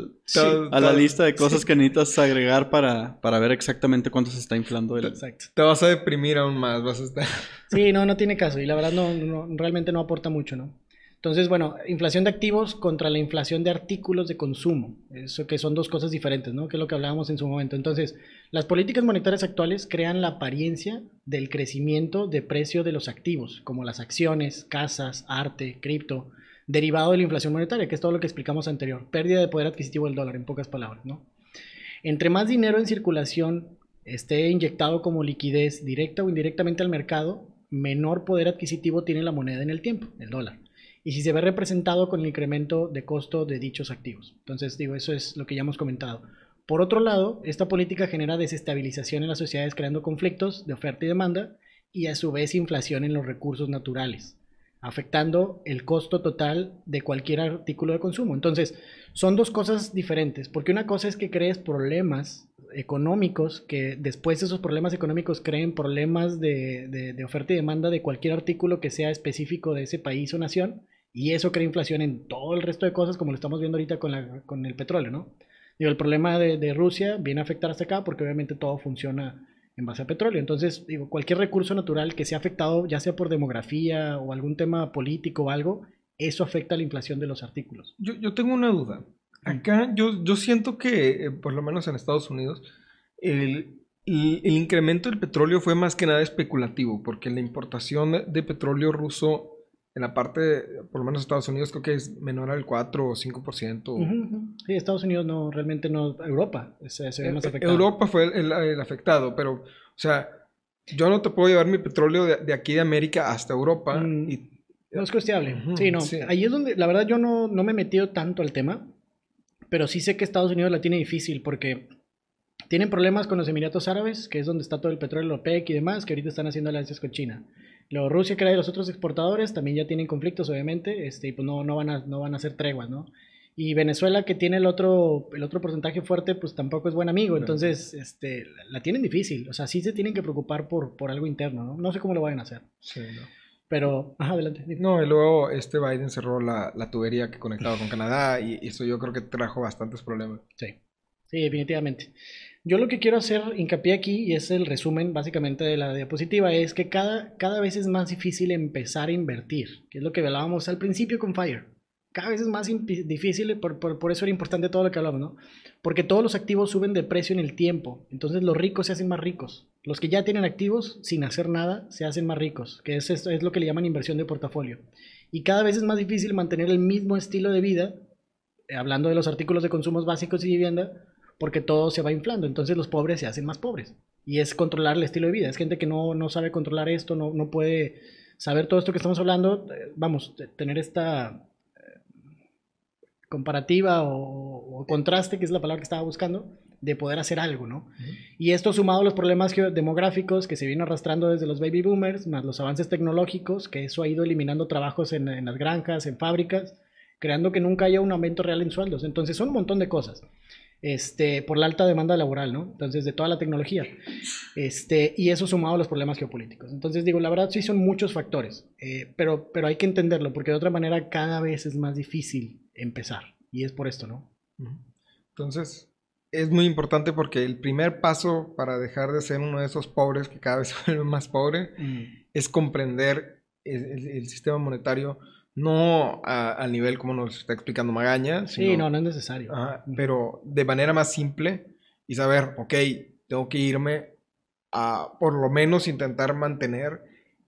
la lista de cosas que necesitas agregar para ver exactamente cuánto se está inflando. Exacto. Te vas a deprimir aún más. Vas a estar... Sí, no tiene caso. Y la verdad realmente no aporta mucho, ¿no? Entonces, bueno, inflación de activos contra la inflación de artículos de consumo. Eso que son dos cosas diferentes, ¿no? Que es lo que hablábamos en su momento. Entonces, las políticas monetarias actuales crean la apariencia del crecimiento de precio de los activos, como las acciones, casas, arte, cripto, derivado de la inflación monetaria, que es todo lo que explicamos anterior. Pérdida de poder adquisitivo del dólar, en pocas palabras, ¿no? Entre más dinero en circulación esté inyectado como liquidez directa o indirectamente al mercado, menor poder adquisitivo tiene la moneda en el tiempo, el dólar. Y si se ve representado con el incremento de costo de dichos activos. Entonces, digo, eso es lo que ya hemos comentado. Por otro lado, esta política genera desestabilización en las sociedades, creando conflictos de oferta y demanda y a su vez inflación en los recursos naturales, afectando el costo total de cualquier artículo de consumo. Entonces, son dos cosas diferentes, porque una cosa es que crees problemas económicos, que después esos problemas económicos creen problemas de oferta y demanda de cualquier artículo que sea específico de ese país o nación, y eso crea inflación en todo el resto de cosas, como lo estamos viendo ahorita con el petróleo, ¿no? Digo, el problema de Rusia viene a afectar hasta acá, porque obviamente todo funciona en base a petróleo. Entonces, digo, cualquier recurso natural que sea afectado, ya sea por demografía o algún tema político o algo, eso afecta a la inflación de los artículos. Yo tengo una duda. Acá yo siento que, por lo menos en Estados Unidos, el incremento del petróleo fue más que nada especulativo, porque la importación de petróleo ruso en la parte, por lo menos Estados Unidos, creo que es menor al 4 o 5%. Sí, Estados Unidos no, realmente no, Europa se ve más afectado. Europa fue el afectado, pero, o sea, yo no te puedo llevar mi petróleo de aquí de América hasta Europa. No es costeable. Sí, no. Sí. Ahí es donde, la verdad, yo no me he metido tanto al tema, pero sí sé que Estados Unidos la tiene difícil porque tienen problemas con los Emiratos Árabes, que es donde está todo el petróleo, OPEC y demás, que ahorita están haciendo alianzas con China. Luego Rusia, que era de los otros exportadores, también ya tienen conflictos, obviamente, y pues no van a hacer treguas, ¿no? Y Venezuela, que tiene el otro porcentaje fuerte, pues tampoco es buen amigo. Entonces, la tienen difícil. O sea, sí se tienen que preocupar por algo interno, ¿no? No sé cómo lo vayan a hacer. Sí, no. Pero, adelante. No, y luego Biden cerró la tubería que conectaba con Canadá y eso yo creo que trajo bastantes problemas. Sí, definitivamente. Yo lo que quiero hacer hincapié aquí, y es el resumen básicamente de la diapositiva, es que cada vez es más difícil empezar a invertir, que es lo que hablábamos al principio con FIRE. Cada vez es más difícil, por eso era importante todo lo que hablamos, ¿no? Porque todos los activos suben de precio en el tiempo, entonces los ricos se hacen más ricos. Los que ya tienen activos sin hacer nada se hacen más ricos, que es lo que le llaman inversión de portafolio. Y cada vez es más difícil mantener el mismo estilo de vida, hablando de los artículos de consumos básicos y vivienda, porque todo se va inflando, entonces los pobres se hacen más pobres. Y es controlar el estilo de vida. Es gente que no sabe controlar esto, no puede saber todo esto que estamos hablando. Vamos, tener esta comparativa o contraste, que es la palabra que estaba buscando, de poder hacer algo, ¿no? Y esto sumado a los problemas demográficos que se vienen arrastrando desde los baby boomers, más los avances tecnológicos, que eso ha ido eliminando trabajos en las granjas, en fábricas, creando que nunca haya un aumento real en sueldos. Entonces son un montón de cosas. Por la alta demanda laboral, ¿no? Entonces, de toda la tecnología. Y eso sumado a los problemas geopolíticos. Entonces, digo, la verdad sí son muchos factores, pero hay que entenderlo, porque de otra manera cada vez es más difícil empezar. Y es por esto, ¿no? Entonces, es muy importante porque el primer paso para dejar de ser uno de esos pobres que cada vez se vuelve más pobre es comprender el sistema monetario. No al nivel como nos está explicando Magaña. Sí, no es necesario. Pero de manera más simple y saber, ok, tengo que irme a por lo menos intentar mantener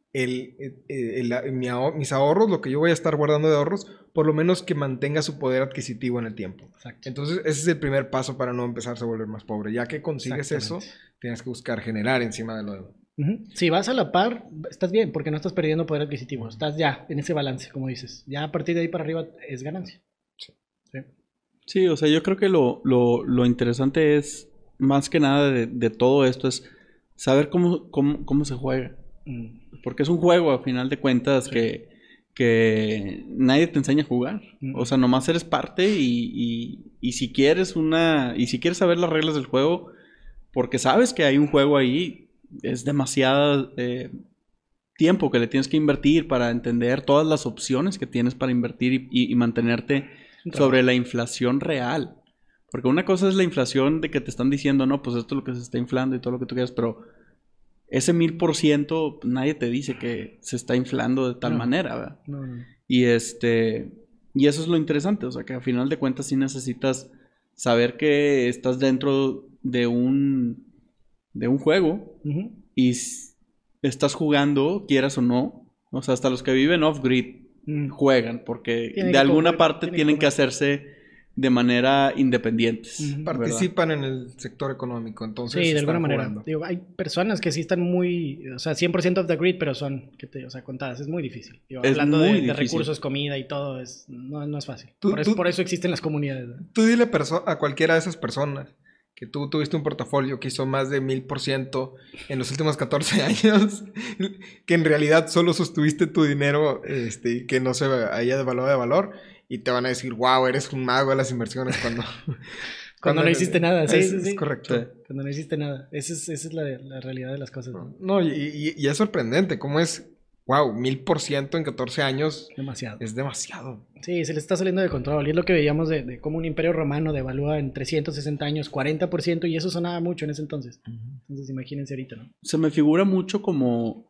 mis ahorros, lo que yo voy a estar guardando de ahorros, por lo menos que mantenga su poder adquisitivo en el tiempo. Exacto. Entonces ese es el primer paso para no empezarse a volver más pobre. Ya que consigues eso, tienes que buscar generar encima de lo demás. Si vas a la par, estás bien, porque no estás perdiendo poder adquisitivo. Estás ya en ese balance, como dices. Ya a partir de ahí para arriba es ganancia. Sí, o sea, yo creo que lo interesante es, más que nada de todo esto, es saber cómo se juega. Porque es un juego, a final de cuentas, que nadie te enseña a jugar. O sea, nomás eres parte y si quieres saber las reglas del juego, porque sabes que hay un juego ahí, es demasiado tiempo que le tienes que invertir para entender todas las opciones que tienes para invertir y mantenerte sobre la inflación real. Porque una cosa es la inflación de que te están diciendo, no, pues esto es lo que se está inflando y todo lo que tú quieras, pero ese 1000% nadie te dice que se está inflando de tal manera, ¿verdad? No. Y y eso es lo interesante, o sea, que al final de cuentas sí necesitas saber que estás dentro de un juego y estás jugando, quieras o no. O sea, hasta los que viven off-grid juegan porque de alguna parte tienen que hacerse de manera independientes. Ujú. ¿verdad? Participan en el sector económico, entonces Sí, de están alguna manera. jugando. Digo, hay personas que sí están muy, o sea, 100% of the grid, pero son, o sea, contadas. Es muy difícil. Digo, Es hablando muy de difícil. recursos, comida y todo, no es fácil. Tú- Por eso existen las comunidades, ¿no? Tú dile a cualquiera de esas personas que tú tuviste un portafolio que hizo más de 1000% en los últimos 14 años, que en realidad solo sostuviste tu dinero y que no se haya devaluado de valor, y te van a decir, wow, eres un mago de las inversiones cuando... Cuando no hiciste nada, sí, es, sí, es sí. correcto. Sí. Cuando no hiciste nada. Esa es la realidad de las cosas, ¿no? No, y es sorprendente cómo es, wow, 1000% en 14 años Demasiado. es demasiado. Sí, se le está saliendo de control. Y es lo que veíamos de cómo un imperio romano devalúa en 360 años 40%, y eso sonaba mucho en ese entonces. Entonces imagínense ahorita, ¿no? Se me figura mucho como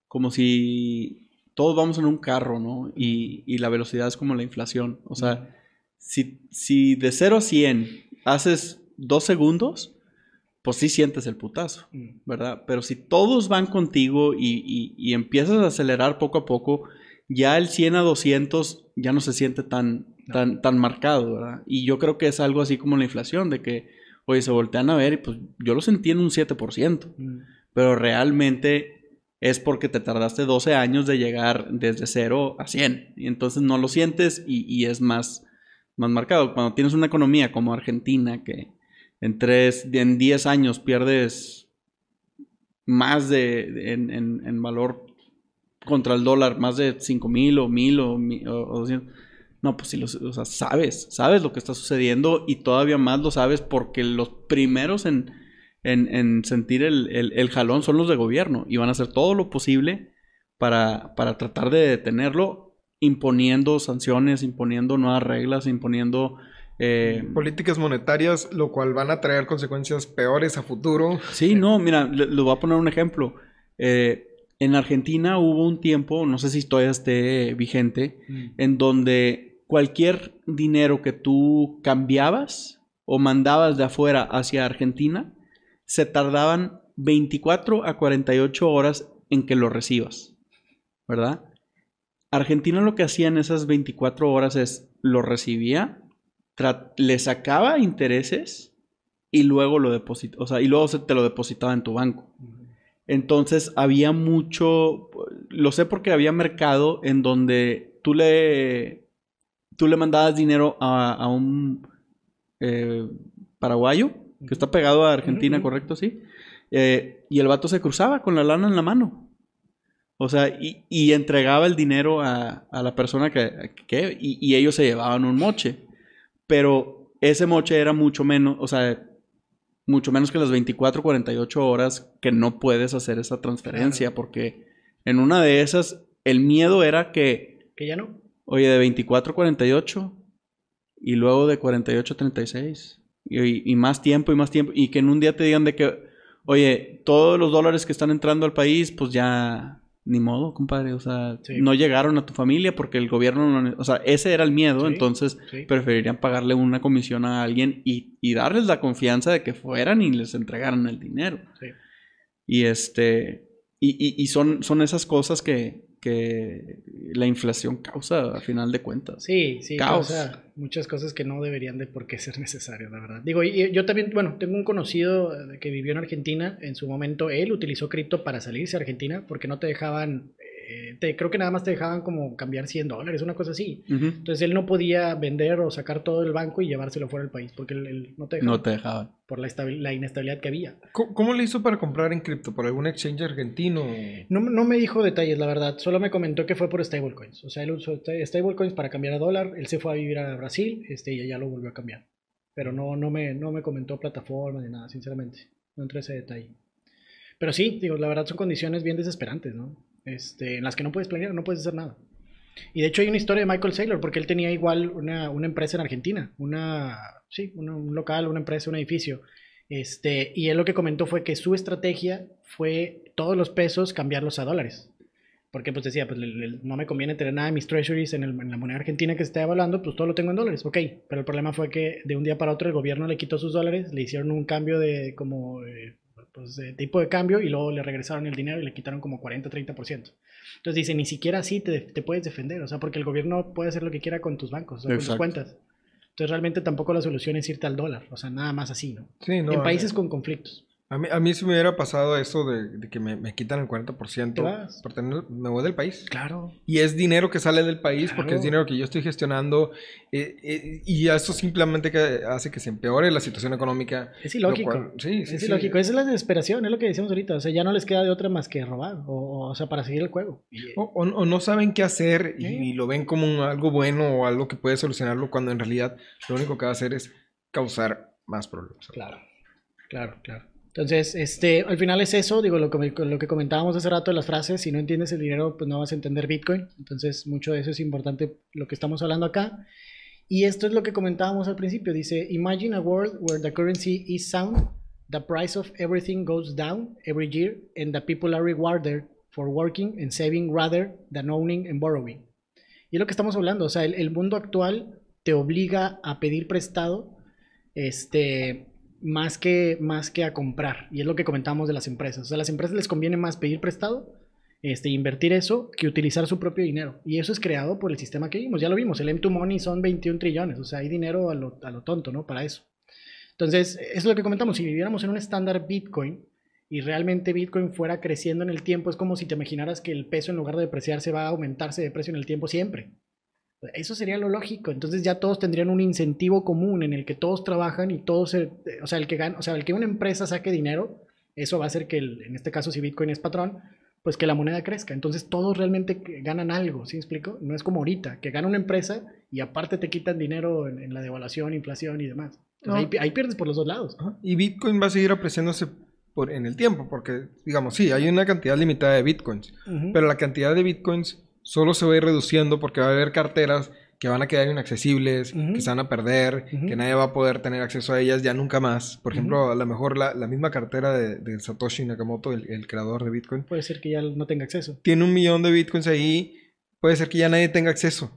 si todos vamos en un carro, ¿no? Y la velocidad es como la inflación. O sea, si de 0 a 100 haces 2 segundos, pues sí sientes el putazo, ¿verdad? Pero si todos van contigo y empiezas a acelerar poco a poco, ya el 100 a 200 ya no se siente tan marcado, ¿verdad? Y yo creo que es algo así como la inflación, de que, oye, se voltean a ver y pues yo lo sentí en un 7%, pero realmente es porque te tardaste 12 años de llegar desde 0 a 100, y entonces no lo sientes y es más marcado. Cuando tienes una economía como Argentina, que en 10 años pierdes más en valor contra el dólar, más de 5,000 o 1,000 o 200. No, pues sí, o sea, sabes lo que está sucediendo, y todavía más lo sabes porque los primeros en sentir el jalón son los de gobierno, y van a hacer todo lo posible para tratar de detenerlo, imponiendo sanciones, imponiendo nuevas reglas, imponiendo... políticas monetarias, lo cual van a traer consecuencias peores a futuro. Sí, no, mira, les voy a poner un ejemplo. En Argentina hubo un tiempo, no sé si todavía esté vigente, en donde cualquier dinero que tú cambiabas o mandabas de afuera hacia Argentina, se tardaban 24 a 48 horas en que lo recibas, ¿verdad? Argentina lo que hacía en esas 24 horas es, lo recibía, le sacaba intereses y luego lo depositaba, o sea, y luego te lo depositaba en tu banco. Entonces había mucho, lo sé porque había mercado en donde tú le mandabas dinero a un paraguayo que está pegado a Argentina, ¿correcto? Sí. Y el vato se cruzaba con la lana en la mano. O sea, y entregaba el dinero a la persona y ellos se llevaban un moche. Pero ese moche era mucho menos, o sea, mucho menos que las 24, 48 horas que no puedes hacer esa transferencia. Claro. Porque en una de esas, el miedo era que... ¿Que ya no? Oye, de 24 a 48 y luego de 48 a 36 y más tiempo y más tiempo, y que en un día te digan de que, oye, todos los dólares que están entrando al país, pues ya ni modo, compadre, o sea, sí, no llegaron a tu familia porque el gobierno no, o sea, ese era el miedo, sí, entonces sí, preferirían pagarle una comisión a alguien y darles la confianza de que fueran y les entregaran el dinero. Sí. Y son esas cosas que la inflación causa a final de cuentas. Sí, causa muchas cosas que no deberían de por qué ser necesarias, la verdad. Digo, y yo también, bueno, tengo un conocido que vivió en Argentina. En su momento él utilizó cripto para salirse a Argentina porque no te dejaban, creo que nada más te dejaban como cambiar $100, una cosa así. Entonces él no podía vender o sacar todo del banco y llevárselo fuera del país porque él no te dejaba. No te dejaba. Por la inestabilidad que había. ¿Cómo le hizo para comprar en cripto? ¿Por algún exchange argentino? No me dijo detalles, la verdad. Solo me comentó que fue por stablecoins. O sea, él usó stablecoins para cambiar a dólar. Él se fue a vivir a Brasil y allá lo volvió a cambiar. Pero no me comentó plataforma ni nada, sinceramente. No entré a ese detalle. Pero sí, digo, la verdad son condiciones bien desesperantes, ¿no? En las que no puedes planear, no puedes hacer nada. Y de hecho hay una historia de Michael Saylor, porque él tenía igual una empresa en Argentina. Un local, una empresa, un edificio. Y él lo que comentó fue que su estrategia fue todos los pesos cambiarlos a dólares. Porque pues decía, pues no me conviene tener nada de mis treasuries en la moneda argentina que se está evaluando, pues todo lo tengo en dólares, ok. Pero el problema fue que de un día para otro el gobierno le quitó sus dólares, le hicieron un cambio de tipo de cambio y luego le regresaron el dinero y le quitaron como 40-30%. Entonces dice, ni siquiera así te puedes defender, o sea, porque el gobierno puede hacer lo que quiera con tus bancos, o sea, con tus cuentas. Entonces realmente tampoco la solución es irte al dólar, o sea, nada más así, ¿no? Sí, no, En países con conflictos. a mí si me hubiera pasado eso de que me quitan el 40% ¿Te vas? por tener, me voy del país. Claro. Y es dinero que sale del país porque es Claro. dinero que yo estoy gestionando y eso simplemente que hace que se empeore la situación económica. Es ilógico. Lo cual- sí, sí, Es sí. ilógico. Esa es la desesperación, es lo que decíamos ahorita. O sea, ya no les queda de otra más que robar, o sea, para seguir el juego. O no saben qué hacer Sí. y lo ven como algo bueno o algo que puede solucionarlo cuando en realidad lo único que va a hacer es causar más problemas. Claro, claro, claro. Entonces, al final es eso, digo, lo que comentábamos hace rato de las frases, si no entiendes el dinero, pues no vas a entender Bitcoin. Entonces, mucho de eso es importante lo que estamos hablando acá. Y esto es lo que comentábamos al principio, dice, imagine a world where the currency is sound, the price of everything goes down every year, and the people are rewarded for working and saving rather than owning and borrowing. Y es lo que estamos hablando, o sea, el mundo actual te obliga a pedir prestado, más que a comprar. Y es lo que comentábamos de las empresas. O sea, a las empresas les conviene más pedir prestado, invertir eso, que utilizar su propio dinero. Y eso es creado por el sistema que vimos. Ya lo vimos, el M2 Money son 21 trillones. O sea, hay dinero a lo tonto, ¿no? Para eso. Entonces, eso es lo que comentamos. Si viviéramos en un estándar Bitcoin y realmente Bitcoin fuera creciendo en el tiempo, es como si te imaginaras que el peso, en lugar de depreciarse, va a aumentarse de precio en el tiempo siempre. Eso sería lo lógico. Entonces ya todos tendrían un incentivo común en el que todos trabajan y todos o sea, el que una empresa saque dinero, eso va a hacer que en este caso, si Bitcoin es patrón, pues que la moneda crezca. Entonces todos realmente ganan algo, ¿sí me explico? No es como ahorita, que gana una empresa y aparte te quitan dinero en la devaluación, inflación y demás. Entonces, ahí pierdes por los dos lados. Y Bitcoin va a seguir apreciándose en el tiempo, porque, digamos, sí, hay una cantidad limitada de Bitcoins, pero la cantidad de Bitcoins solo se va a ir reduciendo porque va a haber carteras que van a quedar inaccesibles, que se van a perder, que nadie va a poder tener acceso a ellas ya nunca más. Por ejemplo, a lo mejor la misma cartera de Satoshi Nakamoto, el creador de Bitcoin, puede ser que ya no tenga acceso. Tiene 1 millón de Bitcoins ahí, puede ser que ya nadie tenga acceso.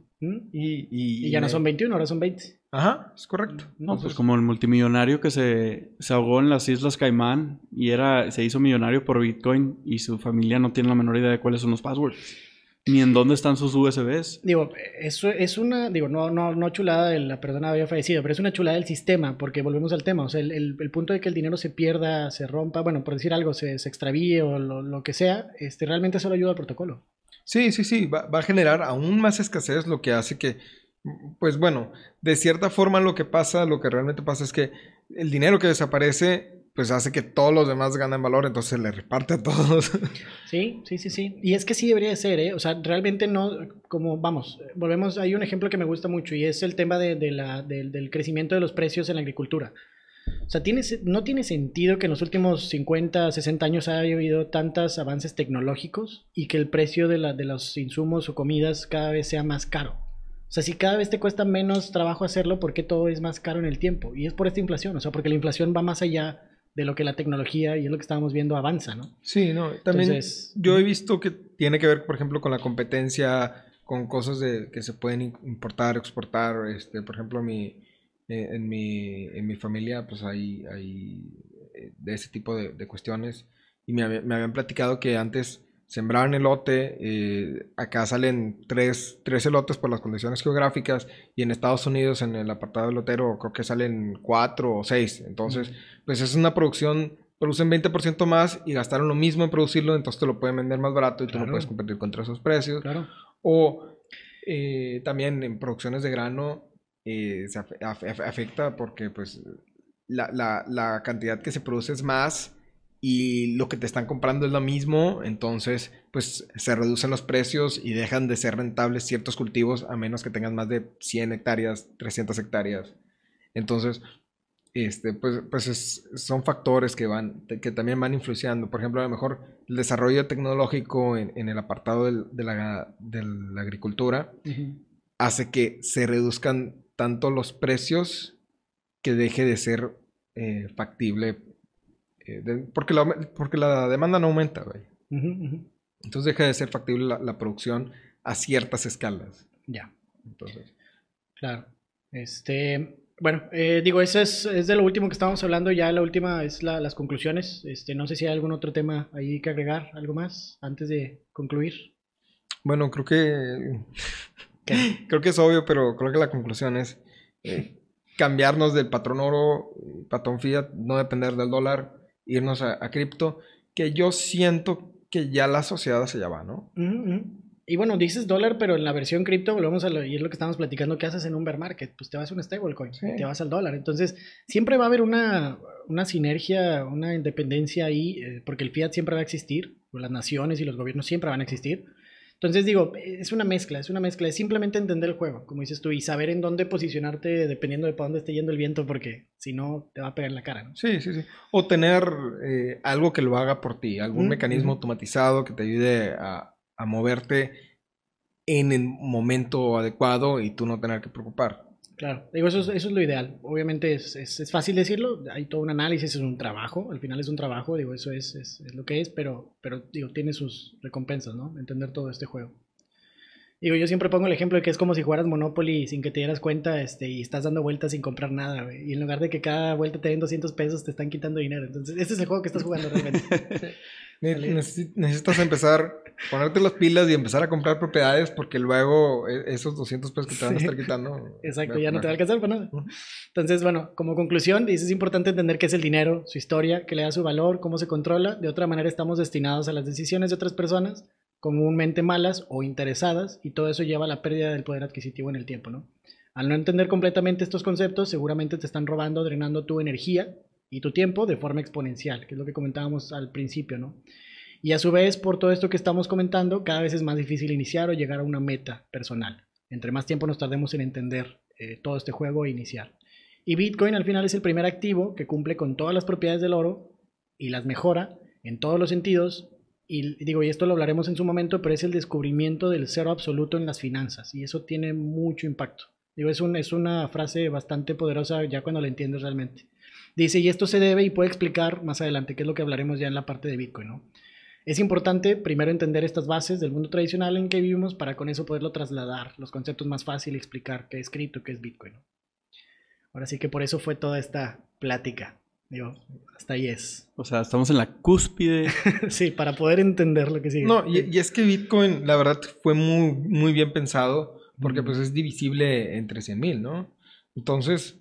Y ya no son 21, ahora son 20. Ajá, es correcto. No, pues como el multimillonario que se ahogó en las Islas Caimán y se hizo millonario por Bitcoin y su familia no tiene la menor idea de cuáles son los passwords. Ni en dónde están sus USBs. Digo, eso es una, digo, no chulada de la persona había fallecido, pero es una chulada del sistema, porque volvemos al tema, o sea, el punto de que el dinero se pierda, se rompa, bueno, por decir algo, se extravíe o lo que sea, realmente solo ayuda al protocolo. Sí, va a generar aún más escasez, lo que hace que, pues bueno, de cierta forma lo que realmente pasa es que el dinero que desaparece pues hace que todos los demás ganen valor, entonces se le reparte a todos. Sí. Y es que sí debería de ser, ¿eh? O sea, realmente no, como, vamos, volvemos, hay un ejemplo que me gusta mucho y es el tema del crecimiento de los precios en la agricultura. O sea, no tiene sentido que en los últimos 50, 60 años haya habido tantos avances tecnológicos y que el precio de los insumos o comidas cada vez sea más caro. O sea, si cada vez te cuesta menos trabajo hacerlo, ¿por qué todo es más caro en el tiempo? Y es por esta inflación, o sea, porque la inflación va más allá de lo que la tecnología y es lo que estábamos viendo avanza, ¿no? Sí, no, también entonces, yo he visto que tiene que ver, por ejemplo, con la competencia, con cosas que se pueden importar, exportar, por ejemplo, en mi familia, pues hay de ese tipo de cuestiones y me habían platicado que antes sembraban elote, acá salen tres elotes por las condiciones geográficas y en Estados Unidos en el apartado elotero creo que salen 4 o 6, entonces pues es una producen 20% más y gastaron lo mismo en producirlo, entonces te lo pueden vender más barato y tú no puedes competir contra esos precios. Claro. O también en producciones de grano se afecta porque pues la cantidad que se produce es más y lo que te están comprando es lo mismo, entonces pues se reducen los precios y dejan de ser rentables ciertos cultivos a menos que tengas más de 100 hectáreas, 300 hectáreas. Entonces, son factores que también van influenciando. Por ejemplo, a lo mejor el desarrollo tecnológico en el apartado de la agricultura hace que se reduzcan tanto los precios que deje de ser factible. Porque la demanda no aumenta, güey. Entonces deja de ser factible la producción a ciertas escalas. Ya. Entonces. Claro. Bueno, digo, eso es de lo último que estábamos hablando. Ya la última es las conclusiones. No sé si hay algún otro tema ahí que agregar, algo más antes de concluir. Bueno, creo que es obvio, pero creo que la conclusión es cambiarnos del patrón oro, patrón fiat, no depender del dólar, irnos a cripto, que yo siento que ya la sociedad hacia allá va, ¿no? Y bueno, dices dólar, pero en la versión cripto, volvemos y es lo que estamos platicando, ¿qué haces en un bear market? Pues te vas a un stablecoin, te vas al dólar. Entonces, siempre va a haber una sinergia, una independencia ahí, porque el fiat siempre va a existir, las naciones y los gobiernos siempre van a existir. Entonces digo, es una mezcla, es simplemente entender el juego, como dices tú, y saber en dónde posicionarte dependiendo de para dónde esté yendo el viento, porque si no te va a pegar en la cara, ¿no? Sí. O tener algo que lo haga por ti, algún mecanismo automatizado que te ayude a moverte en el momento adecuado y tú no tener que preocupar. Claro, digo, eso es lo ideal. Obviamente es fácil decirlo, hay todo un análisis, es un trabajo, al final es un trabajo, digo, eso es lo que es, pero digo, tiene sus recompensas, ¿no? Entender todo este juego. Digo, yo siempre pongo el ejemplo de que es como si jugaras Monopoly sin que te dieras cuenta, y estás dando vueltas sin comprar nada, güey. Y en lugar de que cada vuelta te den 200 pesos, te están quitando dinero. Entonces, este es el juego que estás jugando realmente. Necesitas empezar, ponerte las pilas y empezar a comprar propiedades porque luego esos 200 pesos que te van a estar quitando. Exacto, ya no te va a alcanzar para nada. Entonces, bueno, como conclusión, dices, es importante entender qué es el dinero, su historia, qué le da su valor, cómo se controla. De otra manera, estamos destinados a las decisiones de otras personas, comúnmente malas o interesadas, y todo eso lleva a la pérdida del poder adquisitivo en el tiempo, ¿no? Al no entender completamente estos conceptos, seguramente te están robando, drenando tu energía y tu tiempo de forma exponencial, que es lo que comentábamos al principio, ¿no? Y a su vez, por todo esto que estamos comentando, cada vez es más difícil iniciar o llegar a una meta personal. Entre más tiempo nos tardemos en entender todo este juego e iniciar. Y Bitcoin al final es el primer activo que cumple con todas las propiedades del oro y las mejora en todos los sentidos. Y digo, y esto lo hablaremos en su momento, pero es el descubrimiento del cero absoluto en las finanzas. Y eso tiene mucho impacto. Digo, es una frase bastante poderosa ya cuando la entiendes realmente. Dice, y esto se debe y puede explicar más adelante, que es lo que hablaremos ya en la parte de Bitcoin, ¿no? Es importante primero entender estas bases del mundo tradicional en que vivimos para con eso poderlo trasladar, los conceptos más fáciles, explicar qué es cripto, qué es Bitcoin, ¿no? Ahora sí que por eso fue toda esta plática. Digo, hasta ahí es. O sea, estamos en la cúspide. Sí, para poder entender lo que sigue. No, y es que Bitcoin, la verdad, fue muy, muy bien pensado porque pues es divisible entre 100,000, ¿no? Entonces,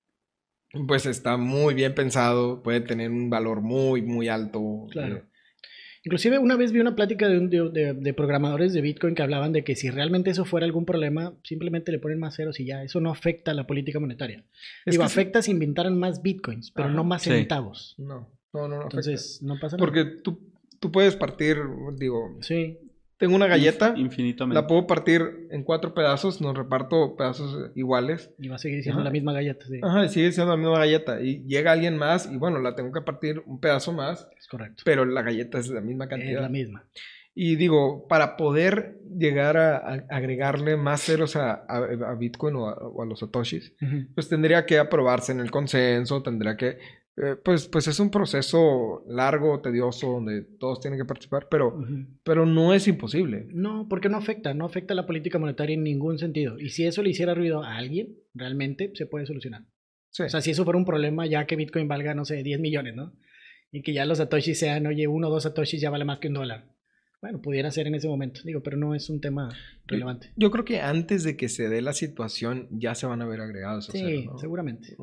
pues está muy bien pensado, puede tener un valor muy, muy alto. Claro. Inclusive una vez vi una plática de programadores de Bitcoin que hablaban de que si realmente eso fuera algún problema, simplemente le ponen más ceros y ya, eso no afecta a la política monetaria. Digo, afecta si inventaran más Bitcoins, pero no más centavos. No. Entonces, afecta. no pasa nada. Porque tú puedes partir, digo... Sí. Tengo una galleta, infinitamente. La puedo partir en 4 pedazos, nos reparto pedazos iguales. Y va a seguir siendo la misma galleta, sí. Ajá, sigue siendo la misma galleta. Y llega alguien más y bueno, la tengo que partir un pedazo más. Es correcto. Pero la galleta es la misma cantidad. Es la misma. Y digo, para poder llegar a agregarle más ceros a Bitcoin o a los satoshis, pues tendría que aprobarse en el consenso, tendría que... Pues es un proceso largo, tedioso, donde todos tienen que participar, pero no es imposible. No, porque no afecta a la política monetaria en ningún sentido. Y si eso le hiciera ruido a alguien, realmente se puede solucionar. Sí. O sea, si eso fuera un problema, ya que Bitcoin valga, no sé, 10 millones, ¿no? Y que ya los satoshis sean, oye, 1 o 2 satoshis ya vale más que $1. Bueno, pudiera ser en ese momento, digo, pero no es un tema relevante. Yo creo que antes de que se dé la situación, ya se van a ver agregados. Sí, ¿no? Seguramente.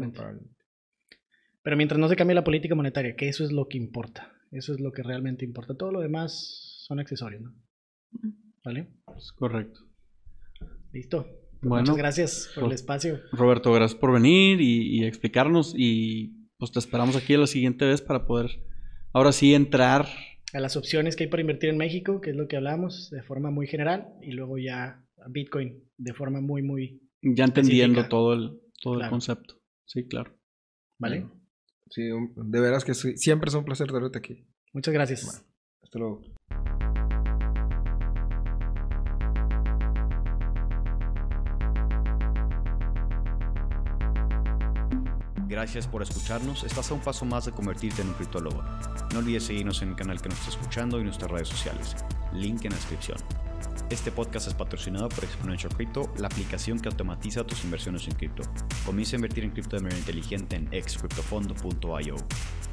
Pero mientras no se cambie la política monetaria, que eso es lo que importa. Eso es lo que realmente importa. Todo lo demás son accesorios, ¿no? ¿Vale? Es correcto. Listo. Pues bueno, muchas gracias por el espacio. Roberto, gracias por venir y explicarnos. Y pues te esperamos aquí la siguiente vez para poder ahora sí entrar a las opciones que hay para invertir en México, que es lo que hablamos de forma muy general. Y luego ya a Bitcoin de forma muy, muy ya entendiendo específica. todo el concepto. Sí, claro. ¿Vale? Sí, de veras que sí, siempre es un placer tenerte aquí. Muchas gracias. Bueno, hasta luego. Gracias por escucharnos. Estás a un paso más de convertirte en un criptólogo. No olvides seguirnos en el canal que nos está escuchando y nuestras redes sociales. Link en la descripción. Este podcast es patrocinado por Exponential Crypto, la aplicación que automatiza tus inversiones en cripto. Comienza a invertir en cripto de manera inteligente en excryptofondo.io.